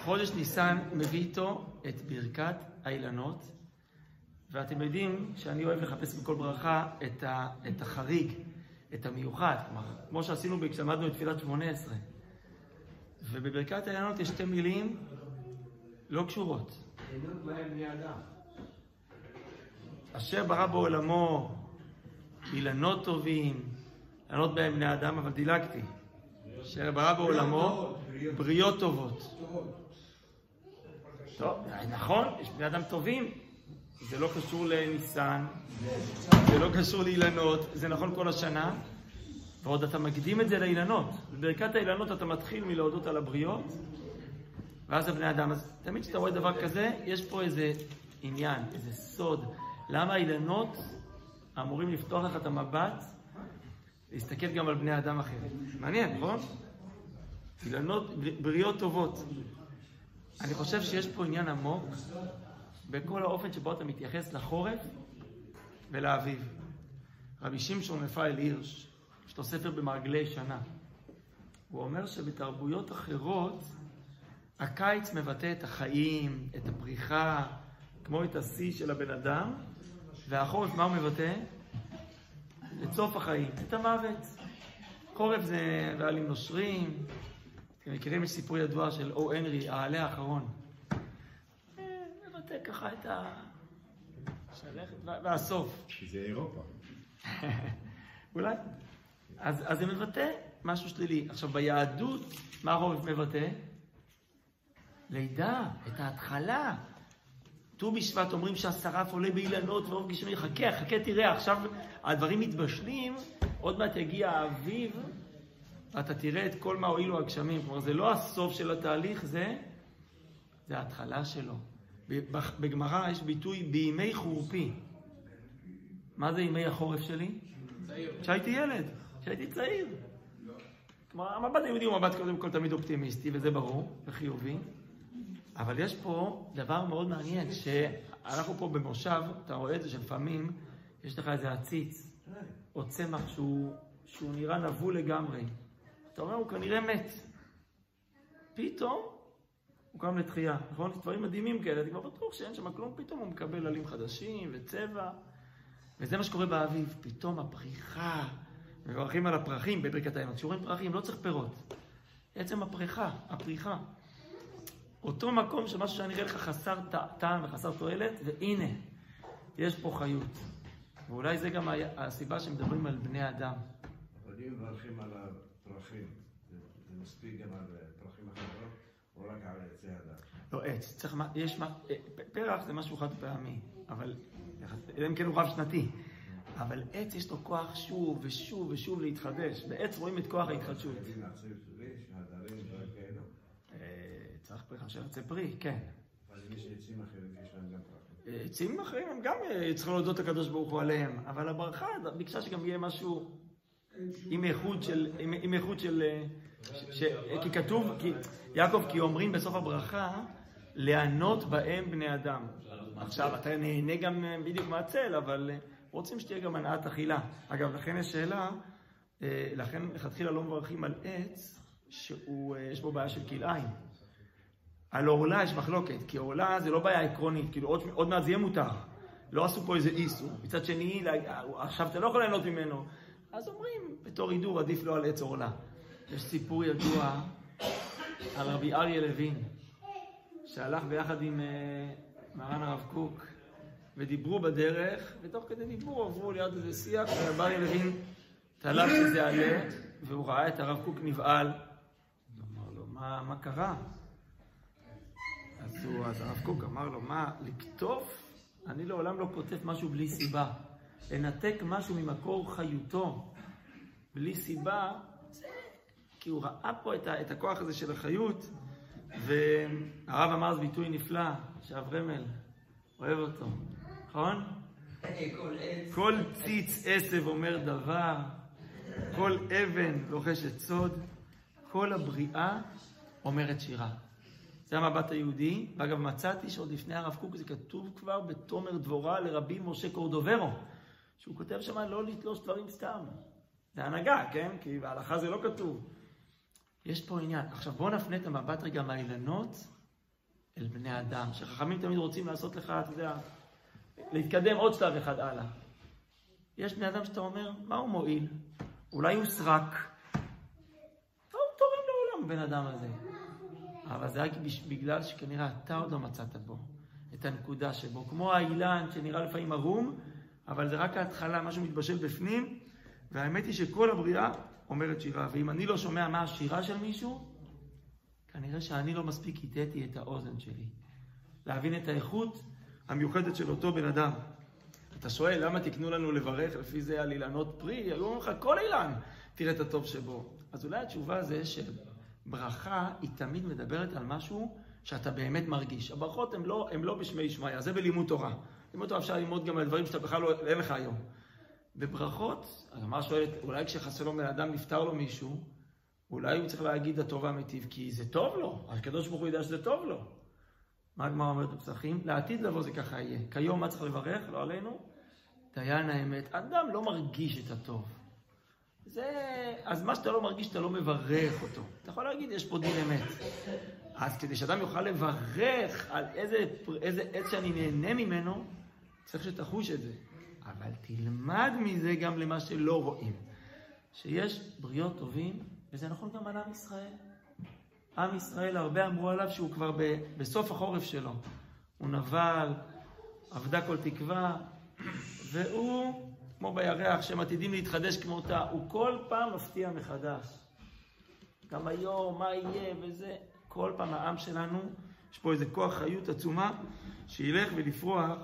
חודש ניסן מביא איתו את ברכת האילנות, ואתם יודעים שאני אוהב לחפש בכל ברכה את החריג, את המיוחד, כמו שעשינו כשלמדנו את תפילת 18. ובברכת האילנות יש שתי מילים לא קשורות. אילנות בהם בני אדם. אשר ברא בעולמו אילנות טובים, אילנות בהם בני אדם, אבל דילגתי. אשר ברא בעולמו בריות טובות. טוב, נכון, יש בני אדם טובים. זה לא קשור לניסן, זה לא קשור לאילנות, זה נכון כל השנה. ועוד אתה מקדים את זה לאילנות. בברכת האילנות אתה מתחיל מלהודות על הבריות, ואז הבני אדם. אז תמיד כשאתה רואה דבר כזה, יש פה איזה עניין, איזה סוד. למה האילנות אמורים לפתוח לך את המבט, להסתכל גם על בני אדם אחרים? מעניין, נכון? אילנות, בריות טובות. אני חושב שיש פה עניין עמוק בכל האופן שבו אתה מתייחס לחורף ולאביב. רבי שמשון רפאל הירש, יש לו ספר במעגלי שנה. הוא אומר שבתרבויות אחרות, הקיץ מבטא את החיים, את הפריחה, כמו את השיא של הבן אדם, והחורף מה הוא מבטא? את סוף החיים, את המוות. חורף זה ועלים נושרים. אתם מכירים, יש סיפור ידוע של או הנרי, העלה האחרון. מבטא ככה את השלכת והסוף. זה אירופה. אולי. אז זה מבטא משהו שלילי. עכשיו, ביהדות, מה החורף מבטא? לידה, את ההתחלה. ט"ו בשבט אומרים שהשרף עולה באילנות ואור גשמי. חכה, תראה, עכשיו הדברים מתבשלים, עוד מעט יגיע האביב, אתה תראה את כל מה הועילו הגשמים. כלומר, זה לא הסוף של התהליך, זה ההתחלה שלו. בגמרא יש ביטוי בימי חורפי. מה זה ימי החורף שלי? כשהייתי ילד, כשהייתי צעיר. כלומר, המבט היהודי הוא מבט קודם כל תמיד אופטימיסטי, וזה ברור, וחיובי. אבל יש פה דבר מאוד מעניין, שאנחנו פה במושב, אתה רואה את זה שלפעמים, יש לך איזה עציץ, או צמח שהוא נראה נבול לגמרי. אתה אומר, הוא כנראה מת. פתאום, הוא קם לתחייה. נכון? יש דברים מדהימים כאלה, אני כבר בטוח שאין שם כלום, פתאום הוא מקבל עלים חדשים וצבע. וזה מה שקורה באביב, פתאום הפריחה, מברכים על הפרחים בברכת האילנות. כשרואים פרחים, לא צריך פירות. עצם הפריחה. אותו מקום של משהו שאני אראה לך חסר טעם וחסר תועלת, והנה, יש פה חיות. ואולי זה גם הסיבה שמדברים על בני אדם. אבל אם מברכים על הפרחים, זה מספיק גם על פרחים אחרות, או רק על עצי הדת? לא, עץ. צריך פרח זה משהו חד פעמי, אבל אלא אם כן הוא רב שנתי. אבל עץ יש לו כוח שוב ושוב ושוב להתחדש. בעץ רואים את כוח ההתחדשות. צריך פריחה של עצי פרי, כן. אבל אם יש עצים אחרים, יש להם גם פרחים. עצים אחרים הם גם צריכים להודות הקדוש ברוך הוא עליהם, אבל הברכה ביקשה שגם יהיה משהו עם איכות של... כי כתוב, יעקב, כי אומרים בסוף הברכה, לענות בהם בני אדם. עכשיו, אתה נהנה גם בדיוק מהצל, אבל רוצים שתהיה גם הנעת אכילה. אגב, לכן יש שאלה, לכן לכתחילה לא מברכים על עץ שיש בו בעיה של כלאיים. על עורלה יש מחלוקת, כי עורלה זה לא בעיה עקרונית, כאילו עוד מעט זה יהיה מותר. לא עשו פה איזה איסור. מצד שני, עכשיו אתה לא יכול ליהנות ממנו. אז אומרים, בתור הידור עדיף לא על עץ עורלה. יש סיפור ידוע על רבי אריה לוין, שהלך ביחד עם מרן הרב קוק, ודיברו בדרך, ותוך כדי דיבור עברו ליד איזה שיח, ורבי אריה לוין תלך שזה עלה, והוא ראה את הרב קוק נבעל. הוא אמר לו, מה קרה? אז הרב קוק אמר לו, לקטוף? אני לעולם לא כותב משהו בלי סיבה. לנתק משהו ממקור חיותו, בלי סיבה, כי הוא ראה פה את הכוח הזה של החיות, והרב אמר אז ביטוי נפלא, שאברמל אוהב אותו, נכון? כל ציץ עשב אומר דבר, כל אבן לוחשת סוד, כל הבריאה אומרת שירה. זה המבט היהודי, ואגב מצאתי שעוד לפני הרב קוק זה כתוב כבר בתומר דבורה לרבי משה קורדוברו, שהוא כותב שם לא לתלוש דברים סתם. זה הנהגה, כן? כי בהלכה זה לא כתוב. יש פה עניין. עכשיו בואו נפנה את המבט רגע מהאילנות אל בני אדם, שחכמים תמיד רוצים לעשות לך, אתה יודע, להתקדם עוד שלב אחד הלאה. יש בני אדם שאתה אומר, מה הוא מועיל? אולי הוא סרק. הוא תורם לעולם, בן אדם הזה. אבל זה רק בגלל שכנראה אתה עוד לא מצאת בו את הנקודה שבו. כמו האילן שנראה לפעמים ערום, אבל זה רק ההתחלה, משהו מתבשל בפנים, והאמת היא שכל הבריאה אומרת שירה. ואם אני לא שומע מה השירה של מישהו, כנראה שאני לא מספיק היטטי את האוזן שלי. להבין את האיכות המיוחדת של אותו בן אדם. אתה שואל, למה תקנו לנו לברך לפי זה על אילנות פרי? היו אומרים לך, כל אילן, תראה את הטוב שבו. אז אולי התשובה זה שברכה היא תמיד מדברת על משהו שאתה באמת מרגיש. הברכות הן לא בשמי שמיה, זה בלימוד תורה. לימוד תורה אפשר ללמוד גם על דברים שאתה בכלל לא, אין לך היום. בברכות, הגמרא שואלת, אולי כשחסר לו בן אדם נפטר לו מישהו, אולי הוא צריך להגיד הטוב והמיטיב, כי זה טוב לו. הקדוש ברוך הוא יודע שזה טוב לו. מה הגמרא אומרת בפסחים? לעתיד לבוא זה ככה יהיה. כיום מה צריך לברך? לא עלינו? דיין האמת. אדם לא מרגיש את הטוב. אז מה שאתה לא מרגיש, אתה לא מברך אותו. אתה יכול להגיד, יש פה דין אמת. אז כדי שאדם יוכל לברך על איזה עץ שאני נהנה ממנו, צריך שתחוש את זה. אבל תלמד מזה גם למה שלא רואים. שיש בריות טובים, וזה נכון גם על עם ישראל. עם ישראל, הרבה אמרו עליו שהוא כבר בסוף החורף שלו. הוא נבל, עבדה כל תקווה, והוא, כמו בירח, שהם עתידים להתחדש כמותה, הוא כל פעם מפתיע מחדש. גם היום, מה יהיה וזה, כל פעם העם שלנו, יש פה איזה כוח חיות עצומה, שילך ולפרוח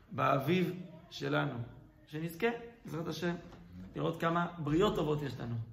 באביב שלנו. שנזכה, בעזרת השם, לראות כמה בריות טובות יש לנו.